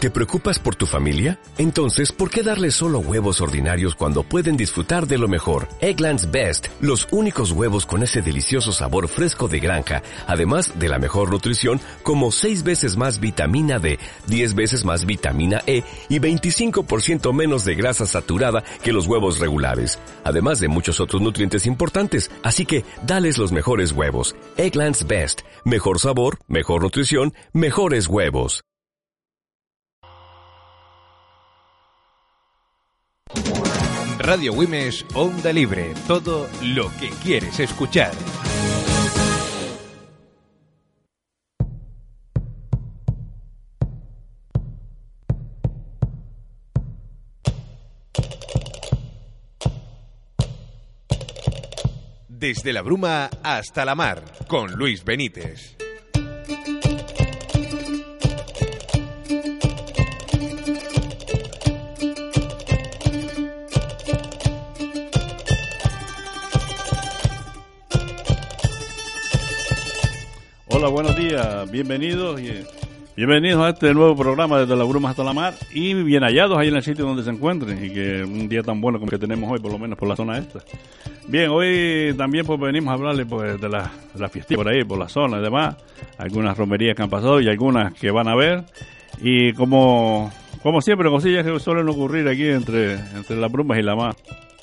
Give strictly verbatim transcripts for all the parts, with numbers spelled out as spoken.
¿Te preocupas por tu familia? Entonces, ¿por qué darles solo huevos ordinarios cuando pueden disfrutar de lo mejor? Eggland's Best, los únicos huevos con ese delicioso sabor fresco de granja, además de la mejor nutrición, como seis veces más vitamina D, diez veces más vitamina E y veinticinco por ciento menos de grasa saturada que los huevos regulares, además de muchos otros nutrientes importantes. Así que, dales los mejores huevos. Eggland's Best, mejor sabor, mejor nutrición, mejores huevos. Radio Güemes, Onda Libre, todo lo que quieres escuchar. Desde la bruma hasta la mar, con Luis Benítez. Hola, buenos días, bienvenidos y bienvenidos a este nuevo programa Desde la Bruma hasta la Mar y bien hallados ahí en el sitio donde se encuentren y que un día tan bueno como el que tenemos hoy, por lo menos por la zona esta. Bien, hoy también pues venimos a hablarles pues de la, de la fiesta por ahí, por la zona y demás, algunas romerías que han pasado y algunas que van a ver y como como siempre cosillas que suelen ocurrir aquí entre, entre las brumas y la mar.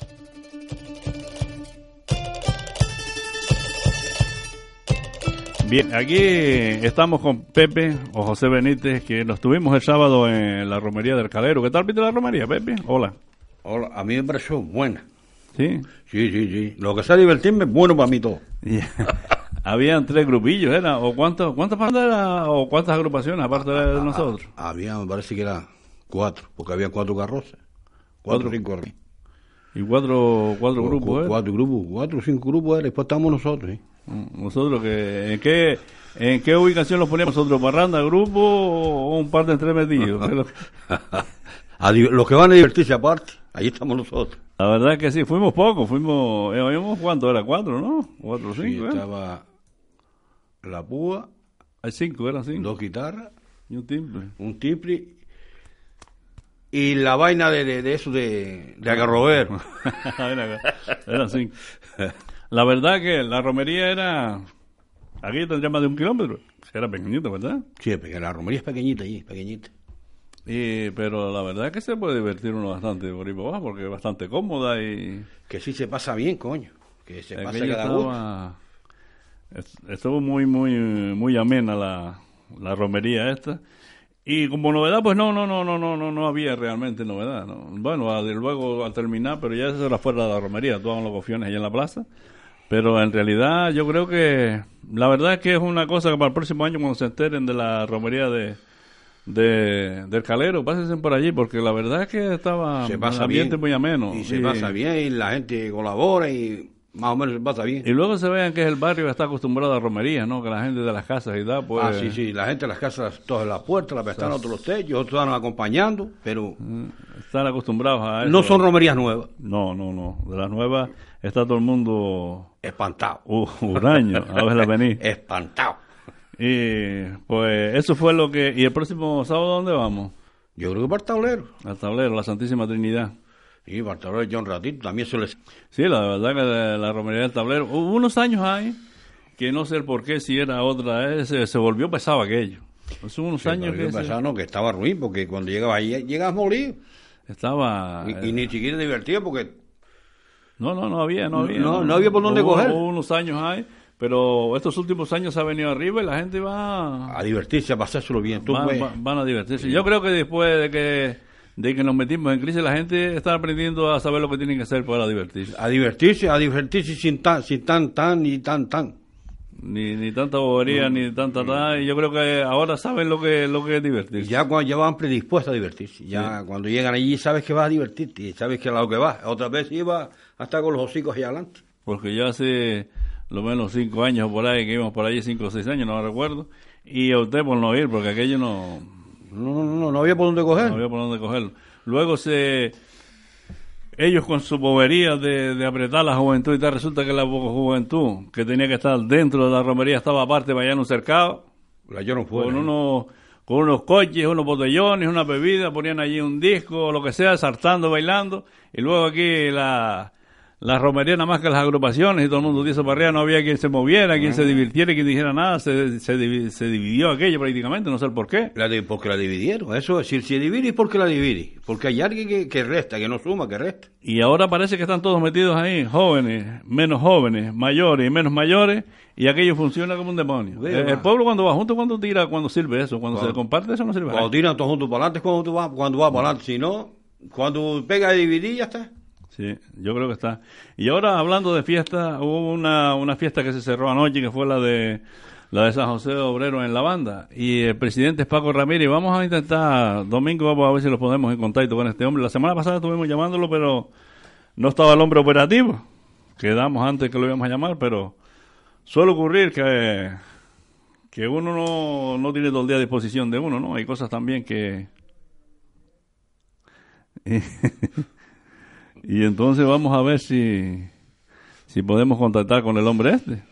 Bien, aquí estamos con Pepe o José Benítez, que nos tuvimos el sábado en la romería del Calero. ¿Qué tal viste la romería, Pepe? Hola. Hola, a mí me pareció buena. ¿Sí? Sí, sí, sí. Lo que sea divertirme es bueno para mí todo. Yeah. Habían tres grupillos, ¿era? ¿O cuántos, cuántas bandas era, o cuántas agrupaciones aparte de Ah, nosotros? ah, había, me parece que era cuatro, porque había cuatro carrozas. Cuatro, Cuatro. cinco. Y cuatro, cuatro Cu- grupos, cu- ¿eh? Cuatro grupos, cuatro o cinco grupos, era, después estábamos nosotros, ¿eh? Nosotros, que, ¿en qué en qué ubicación los poníamos nosotros? ¿Barranda, grupo o un par de entremetidos? Pero A di- los que van a divertirse aparte, ahí estamos nosotros. la verdad es que sí, fuimos pocos, fuimos, eh, ¿habíamos cuánto? ¿Era cuatro, no? Cuatro o Sí, cinco, ¿eh? estaba la púa, Hay cinco, eran cinco. dos guitarras, Y un timbre. un timbre y la vaina de, de, de eso de, de agarrobero. Era- Eran cinco. La verdad que la romería era... Aquí tendría más de un kilómetro. Era pequeñito, ¿verdad? Sí, porque la romería es pequeñita allí, pequeñita. Y, pero la verdad es que se puede divertir uno bastante por ahí por abajo, porque es bastante cómoda y... Que sí se pasa bien, coño. Que se pasa aquello cada gusto. estaba... est- Estuvo muy, muy, muy amena la, la romería esta. Y como novedad, pues no, no, no, no, no, no, no había realmente novedad, ¿no? Bueno, a- de luego al terminar, pero ya eso era fuera de la romería, todos los cofiones allá en la plaza. Pero en realidad yo creo que la verdad es que es una cosa que para el próximo año cuando se enteren de la romería de, de del Calero, pásense por allí porque la verdad es que estaba Se el pasa ambiente bien. muy ameno. Y se Y- pasa bien, y la gente colabora y más o menos se pasa bien. Y luego se vean que es el barrio que está acostumbrado a romerías, ¿no? Que la gente de las casas y tal, pues... Ah, sí, sí, la gente de las casas, todas las puertas, las ventanas, otros los techos, otros están acompañando, pero Están acostumbrados a eso. no son romerías nuevas. No, no, no. De las nuevas está todo el mundo Espantado. uh, huraño a verla venir. Espantado. Y pues eso fue lo que... ¿Y el próximo sábado dónde vamos? Yo creo que para el tablero. Al tablero, la Santísima Trinidad. Y para el tablero John Ratito también se les... Sí, la verdad que la, la romería del tablero... Hubo unos años ahí que no sé el por qué, si era otra... eh, se, se volvió pesado aquello. Hace unos años que se- Pensaba, que estaba ruin, porque cuando llegaba ahí, llegabas molido. estaba... Y, y ni siquiera divertido, porque No, no, no había, no No, había. no, no había por dónde Hubo- coger. Hubo unos años ahí, pero estos últimos años se ha venido arriba y la gente va, a divertirse, a pasárselo bien. Tú, va- pues, va- van a divertirse. Yo creo que después de que de que nos metimos en crisis, la gente está aprendiendo a saber lo que tienen que hacer para divertirse. a divertirse, a divertirse sin tan, sin tan, tan, ni tan, tan. Ni, ni tanta bobería, ni tanta tal. Y yo creo que ahora saben lo que lo que es divertirse. Ya cuando ya van predispuestos a divertirse, ya cuando llegan allí sabes que vas a divertirte y sabes que a lo que vas. Otra vez ibas hasta con los hocicos allá adelante. Porque ya hace lo menos cinco años por ahí, que íbamos por ahí, cinco o seis años, no me recuerdo. Y opté por no ir, porque aquello no... No, no, no, no había por dónde coger. No había por dónde cogerlo. Luego se... Ellos con su bobería de, de apretar la juventud y tal, resulta que la juventud que tenía que estar dentro de la romería estaba aparte, para allá en un cercado, La yo no fue. con unos, con unos coches, unos botellones, una bebida, ponían allí un disco o lo que sea, saltando, bailando, y luego aquí la, la romería nada más que las agrupaciones y todo el mundo dice para arriba, no había quien se moviera, quien uh-huh. se divirtiera, quien dijera nada, se, se, se dividió aquello prácticamente, no sé el por qué. La de, porque la dividieron, eso es, si se divide es porque la divide, porque hay alguien que, que resta, que no suma, que resta. Y ahora parece que están todos metidos ahí, jóvenes, menos jóvenes, mayores y menos mayores, y aquello funciona como un demonio. El, el pueblo cuando va junto, cuando tira, cuando sirve eso, cuando, cuando se comparte eso no sirve. Cuando tiran todos juntos para adelante, cuando tú vas, cuando vas para adelante, si no, cuando pega a dividir ya está. Sí, yo creo que está. Y ahora hablando de fiesta, hubo una, una fiesta que se cerró anoche, que fue la de la de San José de Obrero en la banda, y el presidente es Paco Ramírez. Vamos a intentar, domingo vamos a ver si lo ponemos en contacto con este hombre. La semana pasada estuvimos llamándolo, pero no estaba el hombre operativo. Quedamos antes que lo íbamos a llamar, pero suele ocurrir que, que uno no, no tiene todo el día a disposición de uno, ¿no? Hay cosas también que... Y entonces vamos a ver si, si podemos contactar con el hombre este.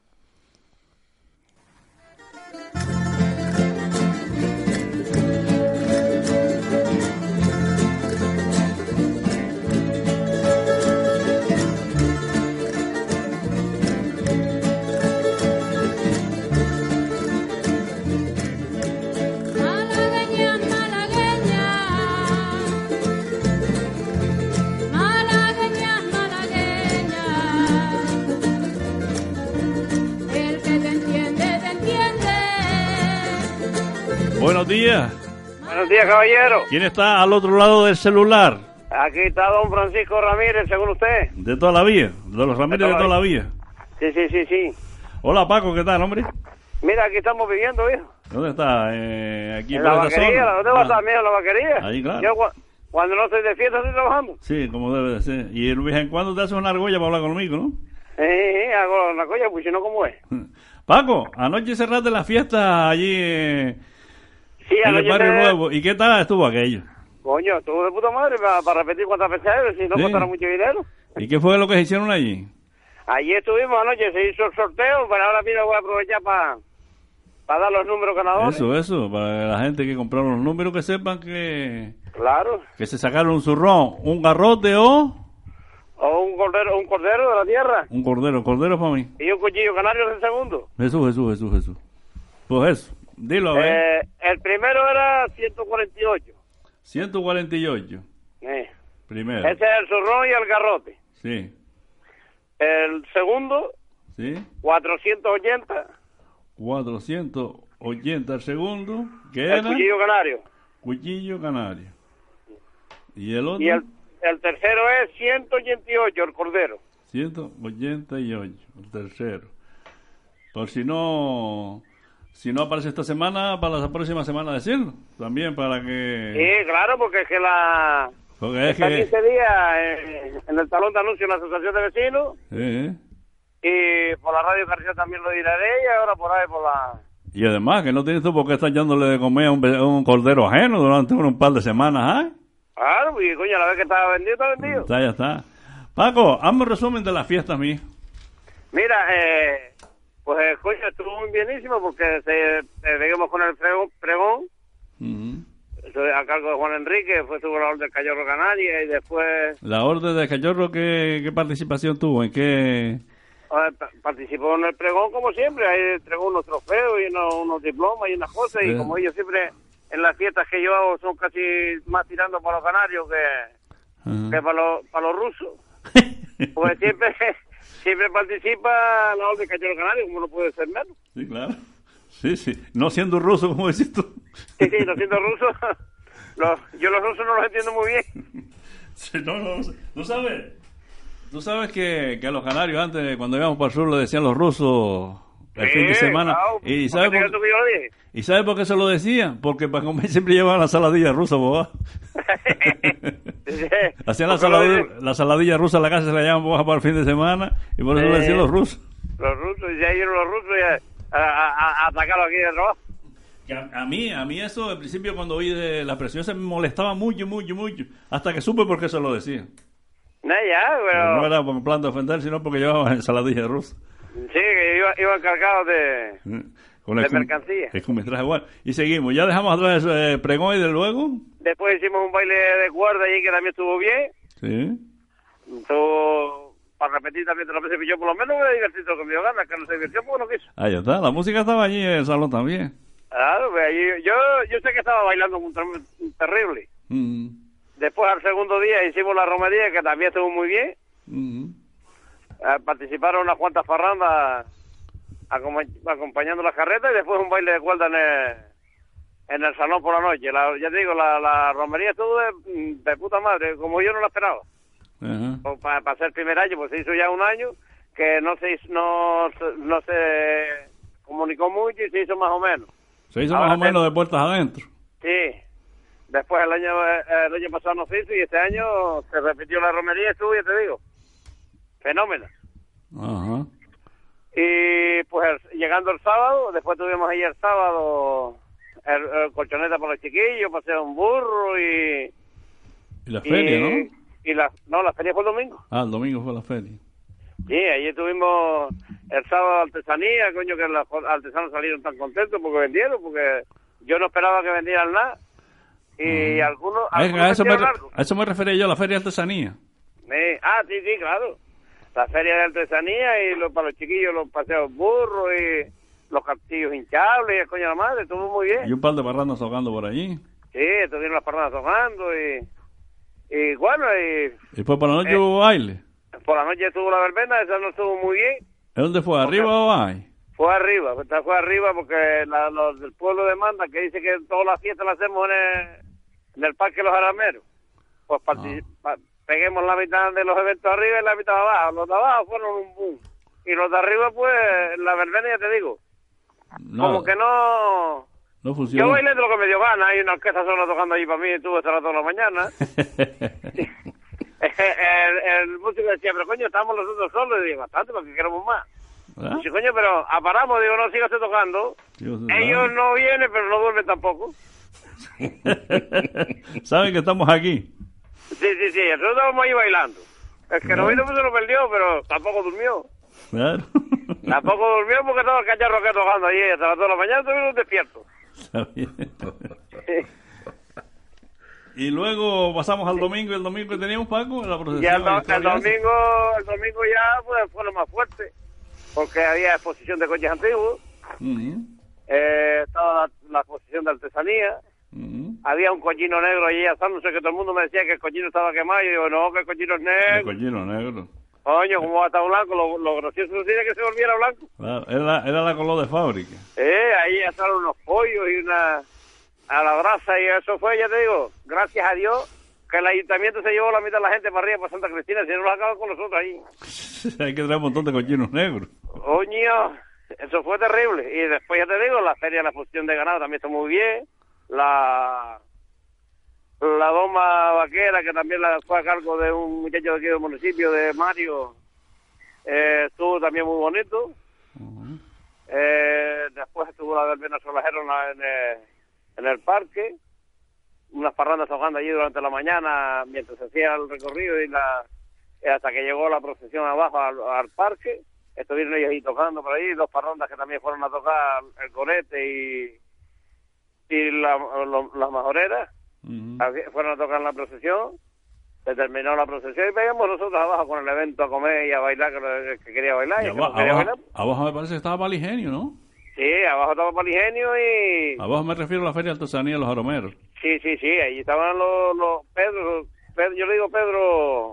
Buenos días. Buenos días, caballero. ¿Quién está al otro lado del celular? Aquí está don Francisco Ramírez, según usted. De toda la vida, de los Ramírez de toda, de toda la vida. Sí, sí, sí, sí. Hola, Paco, ¿qué tal, hombre? Mira, aquí estamos viviendo, hijo. ¿Dónde está? Eh, aquí en la vaquería. ¿Dónde va a estar, mijo, en la vaquería? Ahí, claro. Yo cuando no estoy de fiesta estoy trabajando. Sí, como debe de ser. Y de vez en cuando te haces una argolla para hablar conmigo, ¿no? Sí, sí, hago una argolla, pues si no, ¿cómo es? Paco, anoche cerraste la fiesta allí... Eh... Sí, en el barrio te... nuevo. ¿Y qué tal estuvo aquello? Coño, estuvo de puta madre para, para repetir cuántas veces hay, si no ¿sí? Costara mucho dinero. ¿Y qué fue lo que se hicieron allí? Allí estuvimos anoche, se hizo el sorteo, pero ahora mismo voy a aprovechar para para dar los números ganadores. Eso, eso, para la gente que compraron los números que sepan que... Claro. Que se sacaron un zurrón, un garrote o... O un cordero, un cordero de la tierra. Un cordero, cordero para mí. Y un cuchillo canario del segundo. Jesús, Jesús, Jesús, Jesús. Pues eso. Dilo, a ver. Eh, el primero era ciento cuarenta y ocho. ciento cuarenta y ocho. Eh. Primero. Ese es el zurrón y el garrote. Sí. El segundo. Sí. cuatrocientos ochenta. cuatrocientos ochenta el segundo. ¿Qué el era? Cuchillo canario. Cuchillo canario. ¿Y el otro? Y el, el tercero es ciento ochenta y ocho, el cordero. ciento ochenta y ocho, el tercero. Por si no... Si no aparece esta semana, para la próxima semana decirlo. También para que... Sí, claro, porque es que la... Porque es está que... quince días en, en el talón de anuncio de la Asociación de Vecinos. Sí. Y por la radio García también lo diré y ahora por ahí por la... Y además, que no tienes tú por qué estar dándole de comer a un, un cordero ajeno durante un, un par de semanas, ¿eh? Claro, y coño, a la vez que estaba vendido, está vendido. Está, ya está. Paco, hazme un resumen de las fiestas mías. Mira, eh... Pues, eh, coño, estuvo muy bienísimo porque se, eh, digamos, con el pregón, pregón uh-huh. a cargo de Juan Enrique, después tuvo la orden del Cachorro Canaria y después... ¿La orden del Cachorro qué, qué participación tuvo? ¿En qué...? Eh, participó en el pregón como siempre, ahí entregó unos trofeos y unos, unos diplomas y unas cosas, sí. Y como ellos siempre, en las fiestas que yo hago, son casi más tirando para los canarios que, uh-huh. que para, los, para los rusos, pues siempre... Siempre participa la orden Cachorro Canario, como no puede ser menos. Sí, claro. Sí, sí. No siendo ruso, como decís tú. Sí, sí, no siendo ruso. Los, yo los rusos no los entiendo muy bien. Sí, no, no, no sabes. Tú sabes que, que a los canarios antes, cuando íbamos para el sur, lo decían los rusos el sí, fin de semana. Claro. ¿Y sabes por, por, ¿Y sabe por qué se lo decían? Porque para comer siempre llevaban la saladilla rusa, boba. Sí, hacían la saladilla, la saladilla rusa en la casa, se la llaman boba para el fin de semana, y por eso sí. Lo decían los rusos. Los rusos, y ahí vienen los rusos a, a, a, a atacarlo aquí de trabajo. A, a mí, a mí eso, al principio cuando oí de la presión se me molestaba mucho, mucho, mucho, hasta que supe por qué se lo decían. No, ya, pero... No era por plan de ofender, sino porque llevaban ensaladilla rusa. Sí, que iba, iba cargado de... Con el de cum- mercancía. El cumitraje, bueno. Y seguimos. Ya dejamos atrás el eh, pregón y de luego. Después hicimos un baile de cuerda allí que también estuvo bien. Sí. Estuvo, para repetir también otras veces, yo por lo menos me divertí todo lo que me dio ganas, que no se divirtió porque no quiso. Ahí está. La música estaba allí en el salón también. Claro, pues allí, yo, yo sé que estaba bailando un, ter- un terrible. Mm. Después al segundo día hicimos la romería, que también estuvo muy bien. Mm. Eh, participaron unas cuantas farrandas acom- acompañando las carretas y después un baile de cuerda en el, en el salón por la noche. La, ya te digo, la, la romería estuvo de, de puta madre, como yo no la esperaba. Ajá. Para pa ser el primer año, pues se hizo ya un año que no se hizo- no, se- no se comunicó mucho y se hizo más o menos. Se hizo Ahora más o te- menos de puertas adentro. Sí. Después el año eh, el año pasado no se hizo y este año se repitió la romería y estuvo, ya te digo, fenómeno. Ajá. Y pues el- llegando el sábado, después tuvimos ahí el sábado el, el colchoneta para los chiquillos, pasé un burro y... Y la feria, y, ¿no? Y la, no, la feria fue el domingo. Ah, el domingo fue la feria. Sí, ahí tuvimos el sábado artesanía, coño, que los artesanos salieron tan contentos porque vendieron, porque yo no esperaba que vendieran nada. Y algunos... A, algunos a eso me, vendieron re- algo. a eso me refería yo, la feria de artesanía. Sí. Ah, sí, sí, claro. La feria de artesanía y los, para los chiquillos los paseos burros y los castillos hinchables y el coño de la madre, estuvo muy bien. Y un par de parrandas tocando por allí. Sí, estuvieron las parrandas tocando y... Y bueno, y Y después por la noche Eh. hubo baile. por la noche estuvo la verbena, esa no estuvo muy bien. ¿Es dónde fue? ¿Arriba o ahí? Fue arriba, pues, fue arriba porque la- los del pueblo demanda que dice que todas las fiestas las hacemos en el, en el Parque Los Arameros. Pues partic- pa- peguemos la mitad de los eventos arriba y la mitad abajo. Los de abajo fueron un boom. Y los de arriba, pues, la verbena, ya te digo, Nada, como que no... no funcionó. Yo bailé de lo que me dio gana, hay una orquesta sola tocando allí para mí, estuve hasta las dos de la mañana. el, el músico decía, pero coño, estamos nosotros solos, y digo, bastante, porque queremos más. ¿Ah? Dice, coño, pero aparamos, digo, no, sígase tocando. Dios, Ellos no vienen, pero no duermen tampoco. Saben que estamos aquí. Sí, sí, sí, nosotros estábamos ahí bailando. El que no vino pues se lo perdió, pero tampoco durmió. Claro. Tampoco durmió porque estaba el cacharro que tocando allí hasta las dos de la mañana, estuvieron despiertos. Está bien. Y luego pasamos al domingo, y el domingo que teníamos, Paco, en la procesión. Ya el, do- la el historia esa. domingo, el domingo ya pues, fue lo más fuerte, porque había exposición de coches antiguos, Ujú, eh, estaba la, la exposición de artesanía, ujú. había un cochino negro allí asándose, que todo el mundo me decía que el cochino estaba quemado, y yo digo, no, que el cochino es El negro. cochino negro. Coño, ¿cómo va a estar blanco? Lo, lo gracioso sería que se volviera blanco. Claro, era, la- era la color de fábrica. Eh, ahí estaban unos pollos y una... a la brasa, y eso fue, ya te digo, gracias a Dios, que el ayuntamiento se llevó la mitad de la gente para arriba, para Santa Cristina, si no los acaban con nosotros ahí. Hay que traer un montón de cochinos negros. Coño, eso fue terrible. Y después, ya te digo, la feria de la fusión de ganado también está muy bien. La la doma vaquera, que también la fue a cargo de un muchacho de aquí del municipio, de Mario, eh, estuvo también muy bonito. Ujú. Eh, después estuvo la verbena solajero en, la- en, el, en el parque. Unas parrandas tocando allí durante la mañana mientras se hacía el recorrido y la y hasta que llegó la procesión abajo al, al parque. Estuvieron ellos ahí tocando por ahí, dos parrandas que también fueron a tocar el corete y y la, lo- las majoreras. Ujú. Fueron a tocar en la procesión. Se terminó la procesión y pegamos nosotros abajo con el evento a comer y a bailar, que, lo- que quería bailar. Y Y el que abajo, no quería abajo, bailar. abajo me parece que estaba Paligenio, ¿no? Sí, abajo estaba Poligenio y... Abajo me refiero a la Feria de Artesanía de los Aromeros. Sí, sí, sí, ahí estaban los, los Pedro, Pedro, yo le digo Pedro,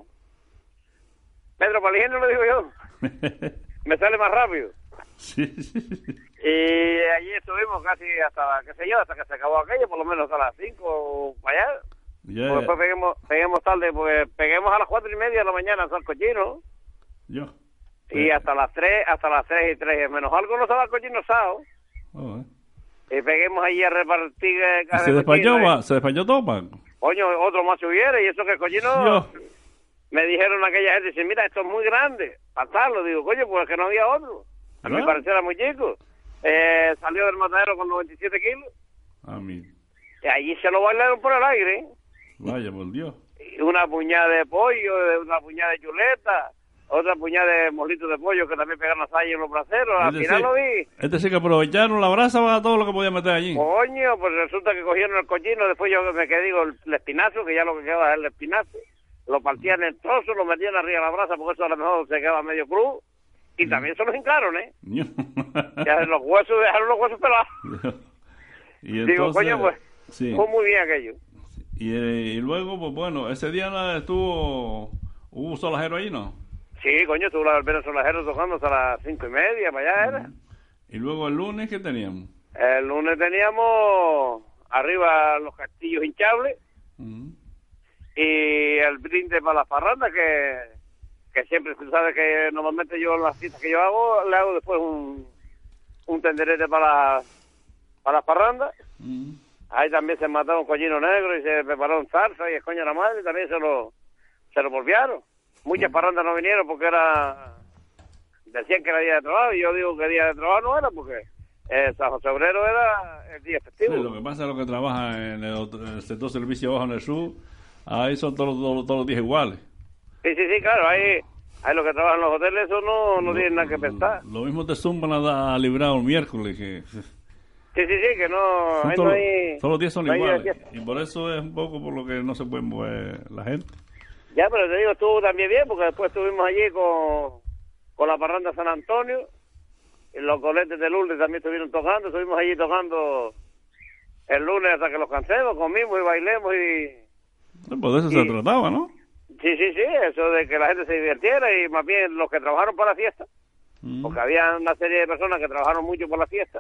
Pedro Poligenio le digo yo, me sale más rápido. Sí, sí, sí. Y allí estuvimos casi hasta, qué sé yo, hasta que se acabó aquello, por lo menos a las cinco o para allá. Ya, Pues después peguemos, peguemos tarde, pues peguemos a las cuatro y media de la mañana a San Cochino. yo. Y hasta las tres, hasta las tres y tres, menos algo no estaba el cochino asado. Oh, eh. Y peguemos allí a repartir eh, ¿Y cajas se de despañó, cochino, va- se despañó todo, Paco? Coño, otro más hubiera, y eso que el cochino... Yo. Me dijeron aquella gente, dice, mira, esto es muy grande, pasarlo. Digo, coño, pues que no había otro. A mi Claro. parecer era muy chico. Eh, salió del matadero con noventa y siete kilos. A mí. Y allí se lo bailaron por el aire. Vaya, por Dios. Y una puñada de pollo, una puñada de chuleta, otra puñada de molitos de pollo que también pegaron a en los braseros. Al Este final sí, lo vi. este sí que aprovecharon la brasa para todo lo que podía meter allí. Coño, pues resulta que cogieron el cochino, después yo me quedé, digo, el, el espinazo, que ya lo que quedaba es el espinazo, lo partían en trozos, lo metían arriba de la brasa, porque eso a lo mejor se quedaba medio crudo, y también se los hincaron, ¿eh? Ya los huesos, dejaron los huesos pelados. Y entonces, digo, coño, pues, sí. fue muy bien aquello. Y, eh, y luego, pues bueno, ese día nada, estuvo, hubo un solajero ahí, ¿no? Sí, coño, estuvo la verbena solajero tocando hasta las cinco y media, para allá era. Y luego el lunes, ¿qué teníamos? El lunes teníamos arriba los castillos hinchables, Uh-huh. y el brinde para las parrandas, que, que siempre, tú sabes que normalmente yo en las fiestas que yo hago, le hago después un, un tenderete para, para las parrandas. Uh-huh. Ahí también se mató un cochino negro y se preparó un zarza y el coño de la madre, también se lo, se lo volvieron. Muchas parrandas no vinieron porque era, decían que era día de trabajo, y yo digo que día de trabajo no era porque eh, San José Obrero era el día festivo. Sí, lo que pasa es lo que trabaja en el, otro- en el sector servicio abajo en el sur, ahí son todos, todos, todos los días iguales. Sí, sí, sí, claro, ahí, ahí los que trabajan en los hoteles, eso no, no tienen nada que pensar. Lo mismo te zumban a, a librar el miércoles, que Sí, sí, sí, que no, son ahí todos, no hay... todos los días son no hay iguales. fiesta. Y por eso es un poco por lo que no se puede mover la gente. Ya, pero te digo, estuvo también bien, porque después estuvimos allí con, con la parranda San Antonio, y los coletes de Lourdes también estuvieron tocando, estuvimos allí tocando el lunes hasta que los cansemos, comimos y bailemos y... Pues de eso Sí. se trataba, ¿no? Sí, sí, sí, eso de que la gente se divirtiera, y más bien los que trabajaron para la fiesta, Mm. porque había una serie de personas que trabajaron mucho por la fiesta,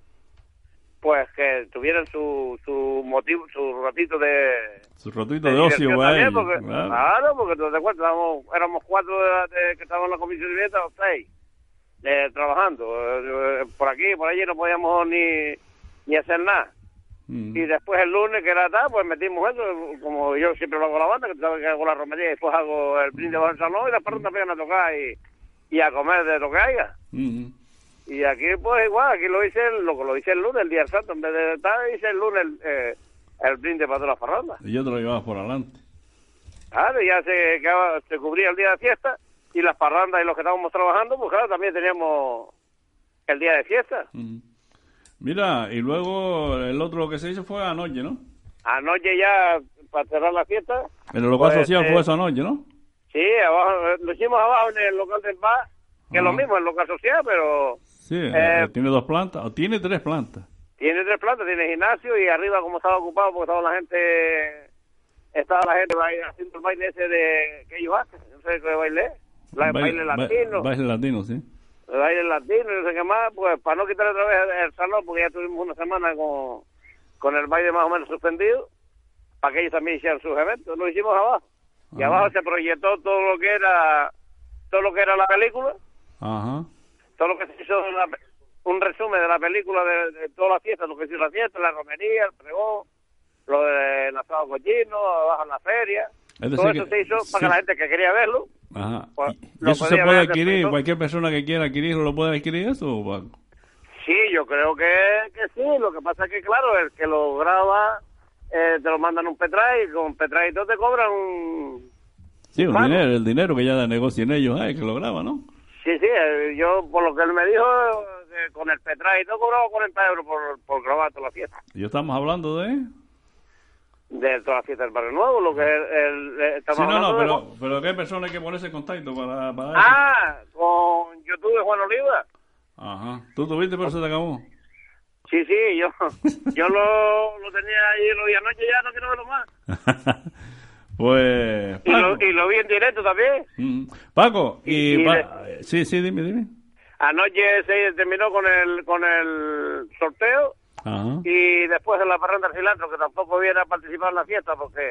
pues que tuvieran su, su motivo, su ratito de... Su ratito de de ocio, diversión güey. también, porque, Claro. claro, porque tú te cuentas, éramos, éramos cuatro de, de- que estábamos en la comisión de fiesta, o seis, eh, trabajando. Eh, por aquí, por allí no podíamos ni, ni hacer nada. Mm. Y después el lunes, que era tarde, pues metimos eso, como yo siempre lo hago la banda, que tú sabes que hago la romería, y después hago el brindis bajo el salón, y las parrandas pegan a tocar y, y a comer de lo que haya. Mm. Y aquí, pues igual, aquí lo hice, el- lo que lo hice el lunes, el día del santo, en vez de estar, hice el lunes eh, el brindis para todas las parrandas. Y yo te lo llevaba por adelante. Claro, ya se, quedaba- se cubría el día de fiesta, y las parrandas y los que estábamos trabajando, pues claro, también teníamos el día de fiesta. Mm. Mira, y luego el otro que se hizo fue anoche, ¿no? Anoche ya, para cerrar la fiesta, En el local Pues, social eh, fue esa noche, ¿no? sí, abajo, eh, lo hicimos abajo en el local del bar, que es lo Ajá. mismo, el local social, pero Sí, eh, eh, tiene dos plantas, o tiene tres plantas. tiene tres plantas, tiene gimnasio, y arriba, como estaba ocupado, porque estaba la gente, estaba la gente baile- haciendo el baile ese de que ellos hacen, no sé qué baile es, la, baile, ba- latino, Baile latino, sí. el baile latino y no sé qué más, pues para no quitar otra vez el salón, porque ya tuvimos una semana con, con el baile más o menos suspendido, para que ellos también hicieran sus eventos, lo hicimos abajo, y Ah. abajo se proyectó todo lo que era, todo lo que era la película, Ajá. todo lo que se hizo, en la pe- un resumen de la película de, de todas las fiestas, lo que se hizo la fiesta, la romería, el pregón, lo del asado cochino, abajo en la feria, Es todo decir eso que- se hizo sí. para que la gente que quería verlo, Ajá. Pues, ¿Y, y lo eso se podía puede ver adquirir? después. ¿Cualquier persona que quiera adquirirlo lo puede adquirir eso? Paco? sí, yo creo que, que sí, lo que pasa es que claro, el que lo graba, eh, te lo mandan un petray, y con petray y todo te cobran un... Sí, un Pago. dinero, el dinero que ya negocian ellos, ay, que lo graba, ¿no? Sí, sí, eh, yo por lo que él me dijo, eh, con el petray y todo cobraba cuarenta euros por, por grabar toda la fiesta. Y estamos hablando de... De toda la fiesta del Barrio Nuevo, lo que el, el- el- estamos Sí, no, no, hablando de- pero, pero ¿qué persona hay que ponerse en contacto para, para eso? Ah, con YouTube de Juan Oliva. Ajá. ¿Tú tuviste, pero se te acabó? Sí, sí, yo yo lo, lo tenía ahí, lo vi anoche, ya no quiero verlo más. Pues... Y lo, Paco, y lo vi en directo también. Mm. Paco, y... Y- y pa- Sí, sí, dime, dime. Anoche se terminó con el con el sorteo, Ajá. y después en la parranda del cilantro, que tampoco viene a participar en la fiesta porque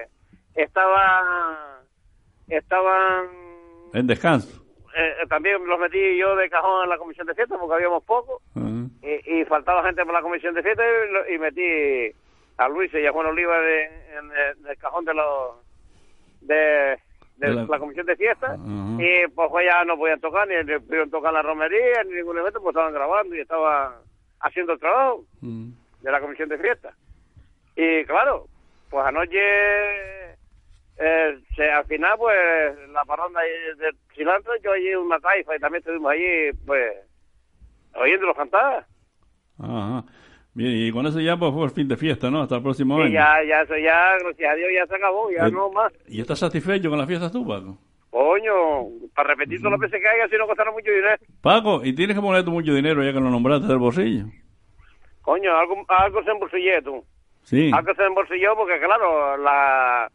estaba estaban En descanso. eh, también los metí yo de cajón en la comisión de fiesta porque habíamos pocos, Ajá. y, y faltaba gente para la comisión de fiesta, y, lo- y metí a Luis y a Juan Oliva de, en, el- del cajón de los de, de De la- la... comisión de fiesta. Ajá. Y pues, pues ya no podían tocar, ni ni pudieron tocar la romería, ni ningún evento, pues estaban grabando y estaban haciendo el trabajo Mm. de la comisión de fiesta. Y claro, pues anoche eh, se, al final, pues, la parranda del cilantro, yo allí una taifa y también estuvimos allí, pues, oyéndolo cantar. Ajá. Bien, y con eso ya pues fue el fin de fiesta, ¿no? Hasta el próximo Y año. ya, ya, eso ya, gracias a Dios, ya se acabó, ya Eh, no más. ¿Y estás satisfecho con las fiestas tú, Paco? Coño, para repetir todas las veces que haya, si no costaron mucho dinero. Paco, y tienes que ponerte mucho dinero ya que lo nombraste del bolsillo. Coño, algo, algo se embolsillé tú. Sí. Algo se embolsilló porque, claro, la...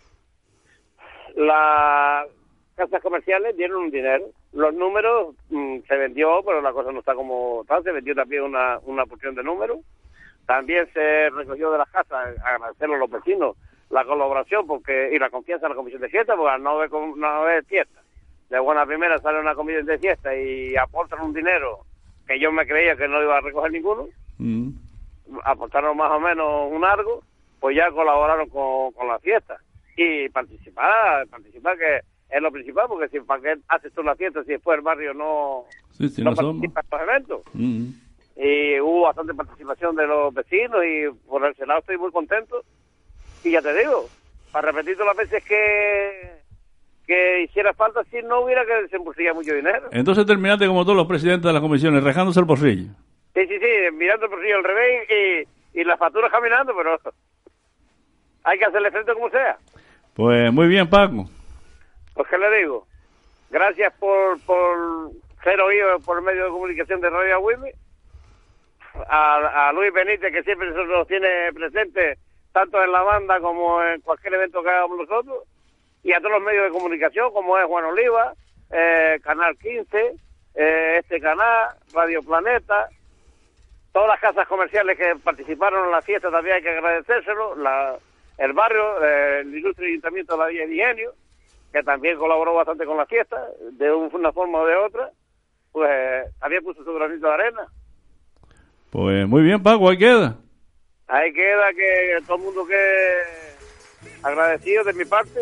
Las casas comerciales dieron un dinero. Los números mmm, se vendió, pero la cosa no está como tal. Se vendió también una, una porción de números. También se recogió de las casas, agradecerle a los vecinos la colaboración porque y la confianza en la comisión de fiesta, porque al no haber, no haber fiesta, de buena primera sale una comisión de fiesta y aportan un dinero que yo me creía que no iba a recoger ninguno, Mm. aportaron más o menos un algo, pues ya colaboraron con, con la fiesta. Y participar, participar que es lo principal, porque si para qué haces tú la fiesta si después el barrio no, Sí, sí, no no somos. participa en los eventos. Mm. Y hubo bastante participación de los vecinos y por ese lado estoy muy contento. Y ya te digo, para repetir todas las veces que, que hiciera falta, si no hubiera que desembolsillar mucho dinero. Entonces terminaste como todos los presidentes de las comisiones, rejándose el bolsillo. Sí, sí, sí, mirando el bolsillo al revés y, y las facturas caminando, pero hay que hacerle frente como sea. Pues muy bien, Paco. Pues, ¿qué le digo? Gracias por, por ser oído por medio de comunicación de Radio Wilmy. A, a Luis Benítez, que siempre se nos tiene presente, tanto en la banda como en cualquier evento que hagamos nosotros. Y a todos los medios de comunicación, como es Juan Oliva, eh, Canal quince, eh, este canal, Radio Planeta, todas las casas comerciales que participaron en la fiesta también hay que agradecérselo, la, el barrio, eh, el ilustre ayuntamiento de la Villa de Ingenio, que también colaboró bastante con la fiesta, de una forma o de otra, pues también puso su granito de arena. Pues muy bien, Paco, ahí queda. Ahí queda que todo el mundo quede agradecido de mi parte.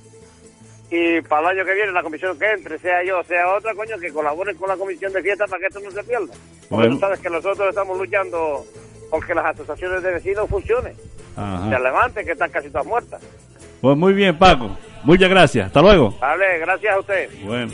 Y para el año que viene, la comisión que entre, sea yo, sea otra, coño, que colaboren con la comisión de fiesta para que esto no se pierda. Porque Bueno. tú sabes que nosotros estamos luchando porque las asociaciones de vecinos funcionen. Ajá. Se levanten, que están casi todas muertas. Pues muy bien, Paco. Muchas gracias. Hasta luego. Vale, gracias a usted. Bueno.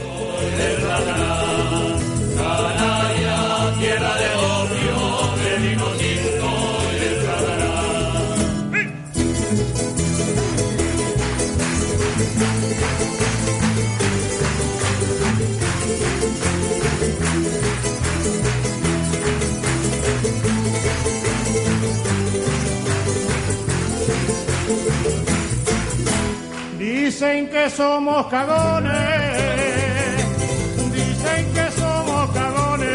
Dicen que somos cagones, dicen que somos cagones,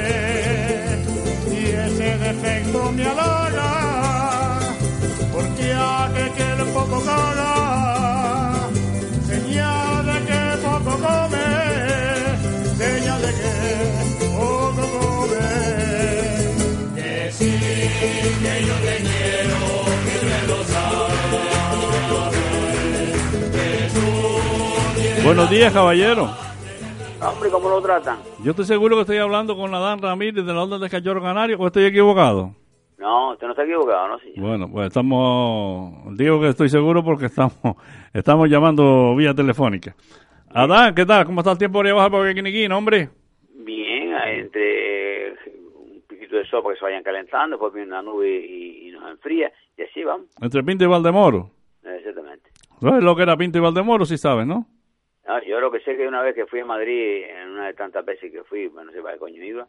y ese defecto me halaga, porque aquel que le poco caga, señal de que poco come, señal de que poco come. Que sí, que yo te quiero, que me lo sabes. Buenos días, caballero. Hombre, ¿cómo lo tratan? Yo estoy seguro que estoy hablando con Adán Ramírez de la Orden de Cachorro Canario, ¿o estoy equivocado? No, usted no está equivocado, ¿no? Sí. Bueno, pues estamos... Digo que estoy seguro porque estamos estamos llamando vía telefónica. Adán, ¿qué tal? ¿Cómo está el tiempo por ahí abajo por Quiniquín, hombre? Bien, entre un piquito de sol para que se vayan calentando, después viene una nube y, y nos enfría, y así vamos. Entre Pinto y Valdemoro. Exactamente. ¿Sabes lo que era Pinto y Valdemoro? Sí sabes, ¿no? No, yo lo que sé que una vez que fui a Madrid, en una de tantas veces que fui, bueno, no sé para qué coño iba,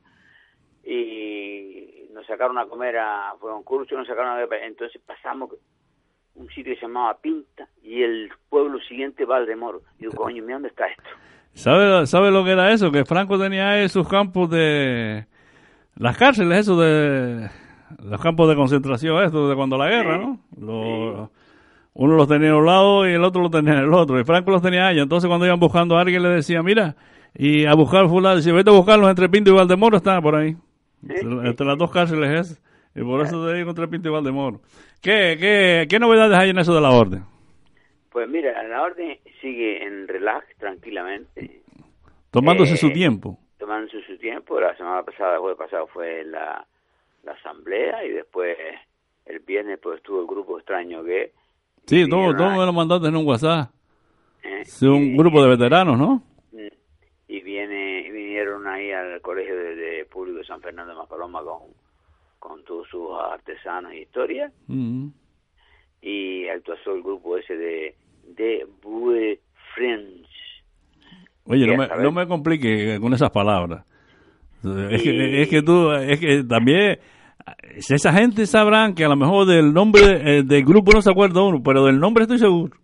y nos sacaron a comer, a, fue a un curso, nos sacaron a ver, entonces pasamos un sitio que se llamaba Pinta y el pueblo siguiente Valdemoro. Digo, coño, mira dónde está esto. ¿Sabe, ¿Sabe lo que era eso? Que Franco tenía esos campos de... Las cárceles, eso de... Los campos de concentración, esto de cuando la guerra, ¿no? Los... Uno los tenía en un lado y el otro los tenía en el otro. Y Franco los tenía allá. Entonces cuando iban buscando a alguien le decía, mira, y a buscar fulano. Decía, vete a buscarlos entre Pinto y Valdemoro, están por ahí. Entre, entre las dos cárceles es. Y por eso te digo entre Pinto y Valdemoro. ¿Qué, qué, ¿Qué novedades hay en eso de la orden? Pues mira, la orden sigue en relax, tranquilamente. Tomándose eh, su tiempo. Tomándose su tiempo. La semana pasada, el jueves pasado fue la, la asamblea y después el viernes pues estuvo el grupo extraño que Sí, todo, todo me lo mandaste en un WhatsApp. Eh, es un y, grupo de veteranos, ¿no? Y viene vinieron ahí al Colegio de, de Público de San Fernando de Maspaloma con, con todos sus artesanos y historias. Uh-huh. Y actuó el grupo ese de, de Bue Friends. Oye, no me, no me complique con esas palabras. Es que, es que tú, es que también, esa gente sabrán que a lo mejor del nombre eh, del grupo no se acuerda uno, pero del nombre estoy seguro.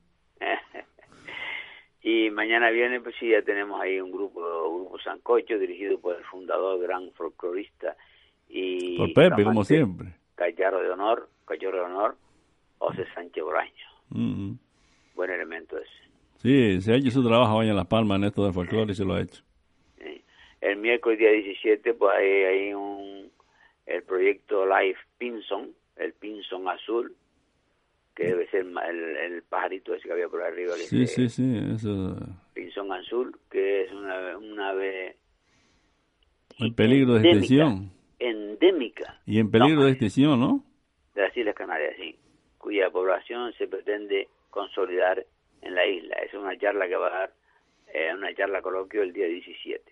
Y mañana viene, pues sí, ya tenemos ahí un grupo, grupo Sancocho, dirigido por el fundador, gran folclorista y... Por Pepe, como siempre. Cayarro de honor, Cayarro de honor, José Sánchez Boraño. Mm-hmm. Buen elemento ese. Sí, se ha hecho su trabajo allá en Las Palmas en esto del folclore y se lo ha hecho. Sí. El miércoles día diecisiete, pues hay, hay un el proyecto Live Pinson, el Pinson azul, que debe ser el, el, el pajarito ese que había por arriba. Sí, ese, sí, sí, eso. Pinson azul, que es una, una ave en peligro de extinción. Endémica. Y en peligro no, de extinción, ¿no? De las Islas Canarias, sí. Cuya población se pretende consolidar en la isla. Es una charla que va a dar, eh, una charla coloquio el día diecisiete.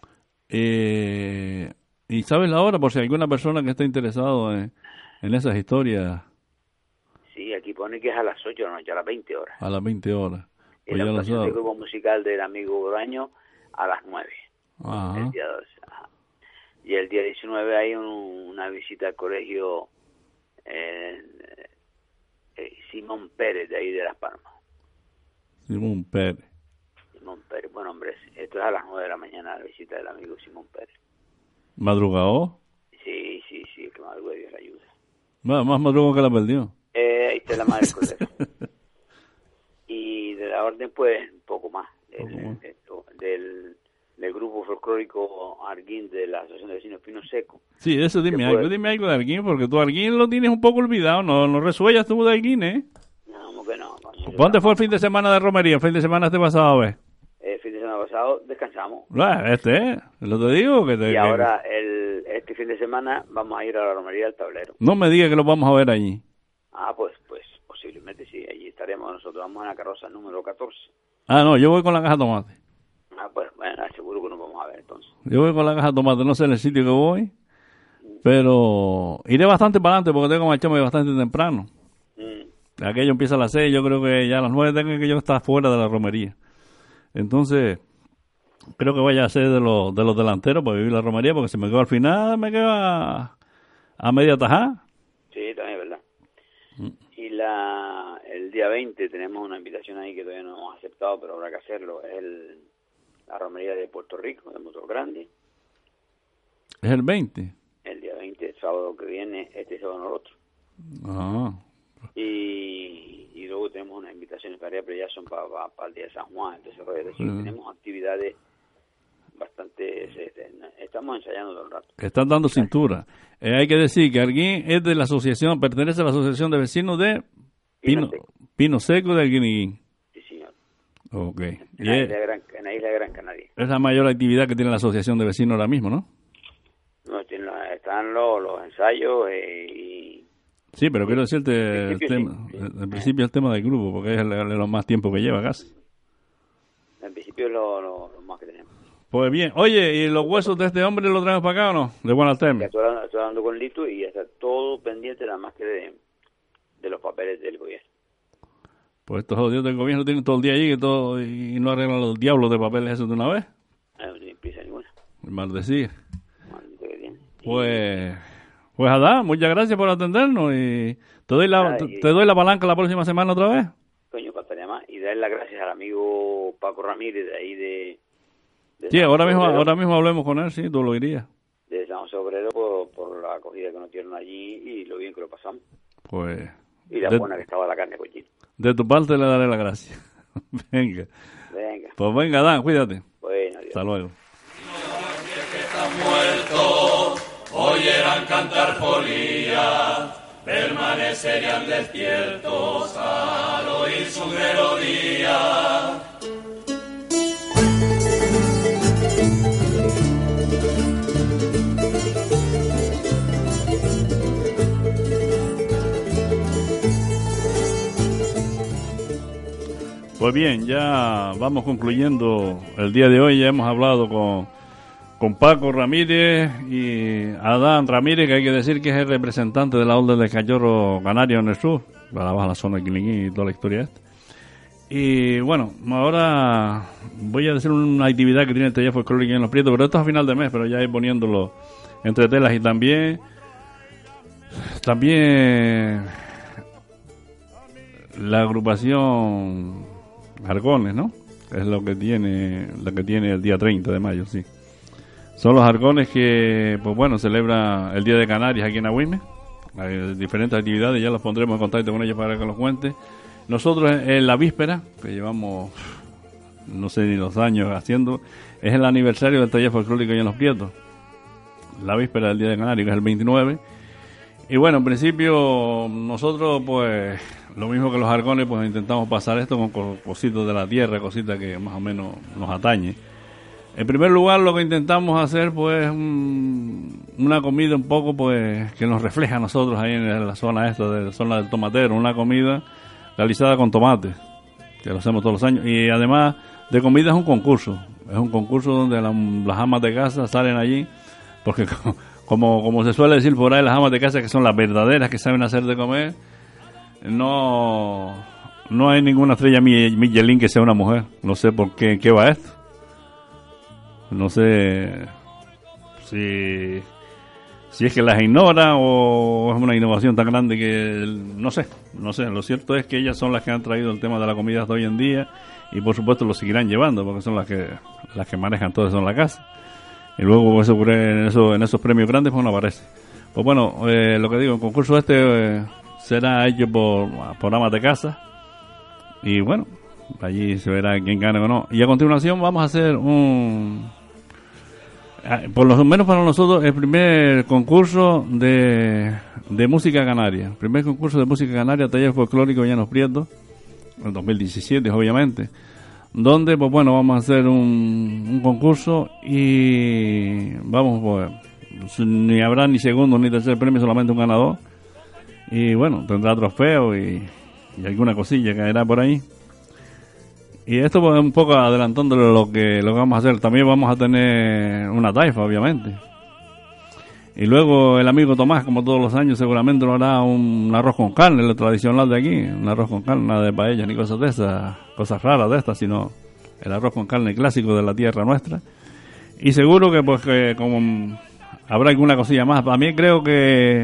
Eh, ¿Y sabes la hora? Por si hay alguna persona que esté interesado en, en esas historias. Sí, aquí pone que es a las ocho de la noche, a las veinte horas. A las veinte horas. Pues la actuación del grupo musical del amigo Boraño a las nueve. Ajá. El día doce. Ajá. Y el día diecinueve hay un, una visita al colegio eh, eh, Simón Pérez, de ahí de Las Palmas. Simón Pérez. Simón Pérez, bueno, hombre, esto es a las nueve de la mañana, la visita del amigo Simón Pérez. ¿Madrugado? Sí, sí, sí, que madruga Dios la ayuda. Más, más madrugado que la perdió. Eh, ahí está la madre del colegio. Y de la orden, pues, un poco más. Del, del, del grupo folclórico Arguín de la Asociación de Vecinos Pino Seco. Sí, eso dime algo, puede... dime algo de Arguín, porque tú Arguín lo tienes un poco olvidado, no, no resuellas tú de Arguín, ¿eh? No, como que no. no ¿Dónde fue el fin de semana de romería? ¿El fin de semana este pasado, ves? El fin de semana pasado descansamos. Bueno, este, ¿eh? Lo te digo que te... Y ahora, el, este fin de semana, vamos a ir a la romería del Tablero. No me digas que lo vamos a ver allí. Ah, pues, pues, posiblemente sí, allí estaremos nosotros. Vamos en la carroza número catorce. Ah, no, yo voy con la caja de tomate. Ah, pues, bueno, seguro que nos vamos a ver entonces. Yo voy con la caja de tomate, no sé en el sitio que voy, pero iré bastante para adelante porque tengo que marcharme bastante temprano. Mm. Aquello empieza a las seis, yo creo que ya a las nueve tengo que yo estar fuera de la romería. Entonces, creo que vaya a ser de los, de los delanteros para vivir la romería, porque si me quedo al final, me quedo a, a media tajada. Sí, también es verdad. Mm. Y la el día veinte tenemos una invitación ahí que todavía no hemos aceptado, pero habrá que hacerlo. Es el, la romería de Puerto Rico, de Motor Grande. ¿Es el veinte? El día veinte, el sábado que viene, este sábado no el otro. Ah. Y, y luego tenemos unas invitaciones para pero ya son para, para, para el día de San Juan. Entonces, es decir, uh-huh. tenemos actividades bastante... Estamos ensayando todo el rato. Están dando cintura. Eh, hay que decir que Arguín es de la asociación, pertenece a la asociación de vecinos de Pino, Pino, Pino Seco de Arguín. Sí, señor. Ok. En la, isla de Gran, en la isla de Gran Canaria. Es la mayor actividad que tiene la asociación de vecinos ahora mismo, ¿no? No, tiene, están los, los ensayos eh, y... Sí, pero quiero decirte el tema, sí. al principio el tema del grupo, porque es el, el, lo más tiempo que lleva casi. En principio es lo, lo, lo más que tenemos. Pues bien, oye, ¿y los huesos de este hombre los traemos para acá o no? De Guanalteme. Estoy hablando, estoy hablando con Lito y ya está todo pendiente nada más que de, de los papeles del gobierno. Pues estos jodidos del gobierno tienen todo el día allí que todo, y no arreglan los diablos de papeles esos de una vez. No tiene prisa ninguna. Maldecir. Maldito que tiene. Pues... Pues Adán, muchas gracias por atendernos y te doy la, te, te doy la palanca la próxima semana otra vez. Coño, faltaría más. Y darle las gracias al amigo Paco Ramírez de ahí de... de sí, ahora mismo, ahora mismo hablemos con él, sí, tú lo dirías. De San José Obrero por, por la acogida que nos dieron allí y lo bien que lo pasamos. Pues... Y la de, buena que estaba la carne cochina. De tu parte le daré las gracias. Venga. Venga. Pues venga, Adán, cuídate. Bueno, adiós. Hasta luego. Oyeran cantar folía, permanecerían despiertos al oír su melodía. Pues bien, ya vamos concluyendo el día de hoy. Ya hemos hablado con, con Paco Ramírez y Adán Ramírez, que hay que decir que es el representante de la Orden de Cachorro Canario en el sur, para abajo la zona de Quiliquín y toda la historia esta. Y bueno, ahora voy a decir una actividad que tiene el taller folclórico en Los Prietos, pero esto es a final de mes, pero ya ir poniéndolo entre telas. Y también, también la agrupación Argones, ¿no? Es lo que tiene, lo que tiene el día treinta de mayo, sí. Son los Argones que, pues bueno, celebra el Día de Canarias aquí en Agüime. Hay diferentes actividades, ya los pondremos en contacto con ellos para que los cuente. Nosotros en la víspera, que llevamos no sé ni los años haciendo, es el aniversario del taller folclórico en Los Prietos. La víspera del Día de Canarias, que es el veintinueve. Y bueno, en principio nosotros pues lo mismo que los Argones, pues intentamos pasar esto con cositas de la tierra, cositas que más o menos nos atañen. En primer lugar, lo que intentamos hacer pues un, una comida un poco pues que nos refleja a nosotros ahí en la zona esta, de la zona del tomatero, una comida realizada con tomate, que lo hacemos todos los años. Y además de comida es un concurso, es un concurso donde la, las amas de casa salen allí, porque como, como se suele decir por ahí, las amas de casa que son las verdaderas que saben hacer de comer, no, no hay ninguna estrella Michelin que sea una mujer. No sé por qué, qué va esto. No sé si, si es que las ignora o es una innovación tan grande que no sé, no sé. Lo cierto es que ellas son las que han traído el tema de la comida hasta hoy en día y por supuesto lo seguirán llevando porque son las que las que manejan todo eso en la casa. Y luego eso ocurre en, eso, en esos premios grandes pues no aparece. Pues bueno, eh, lo que digo, el concurso este eh, será hecho por, por amas de casa y bueno, allí se verá quién gana o no. Y a continuación vamos a hacer un, por lo menos para nosotros, el primer concurso de, de música canaria. El primer concurso de música canaria, taller folclórico Llanos Prietos, en dos mil diecisiete obviamente, donde pues bueno, vamos a hacer un, un concurso y vamos pues ni habrá ni segundo ni tercer premio, solamente un ganador. Y bueno, tendrá trofeo y, y alguna cosilla caerá por ahí. Y esto pues un poco adelantándole lo que, lo que vamos a hacer. También vamos a tener una taifa, obviamente. Y luego el amigo Tomás, como todos los años, seguramente nos hará un arroz con carne, lo tradicional de aquí. Un arroz con carne, nada de paella ni cosas de esas, cosas raras de estas, sino el arroz con carne clásico de la tierra nuestra. Y seguro que pues que como habrá alguna cosilla más. También creo que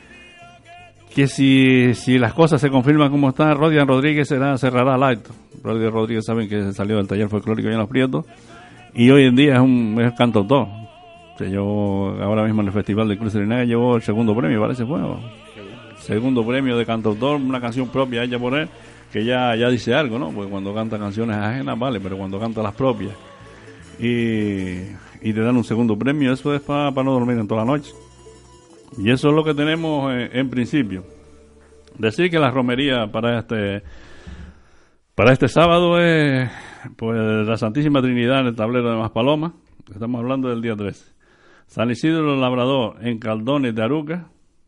que si, si las cosas se confirman como están, Rodian Rodríguez será, cerrará el acto. Rodian Rodríguez saben que salió del taller folclórico en Los Prietos y hoy en día es un es cantautor. O sea, yo ahora mismo en el Festival de Cruz de Linares llevó el segundo premio, parece fue. ¿No? Segundo premio de cantautor, una canción propia hecha por él, que ya, ya dice algo, ¿no? Porque cuando canta canciones ajenas, vale, pero cuando canta las propias y, y te dan un segundo premio, eso es para pa no dormir en toda la noche. Y eso es lo que tenemos en, en principio. Decir que la romería para este para este sábado es pues la Santísima Trinidad en el tablero de Maspalomas. Estamos hablando del día trece. San Isidro Labrador en Caldones de Aruca.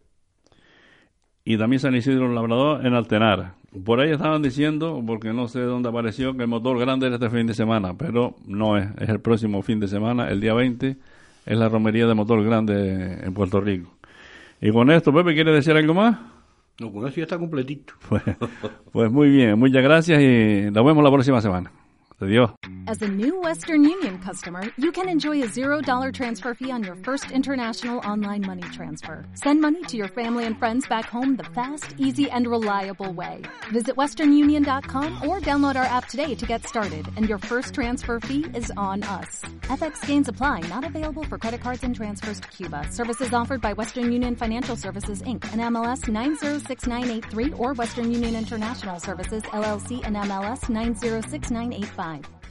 Y también San Isidro Labrador en Altenara. Por ahí estaban diciendo, porque no sé de dónde apareció, que el motor grande era este fin de semana, pero no es, es el próximo fin de semana, el día veinte, es la romería de motor grande en Puerto Rico. Y con esto, Pepe, ¿quiere decir algo más? No, con eso ya está completito. Pues, pues muy bien, muchas gracias y nos vemos la próxima semana. Adiós. As a new Western Union customer, you can enjoy a zero dollar transfer fee on your first international online money transfer. Send money to your family and friends back home the fast, easy, and reliable way. Visit western union dot com or download our app today to get started, and your first transfer fee is on us. F X gains apply, not available for credit cards and transfers to Cuba. Services offered by Western Union Financial Services, Incorporated, and M L S nine zero six nine eight three or Western Union International Services, L L C, and M L S nine zero six nine eight five.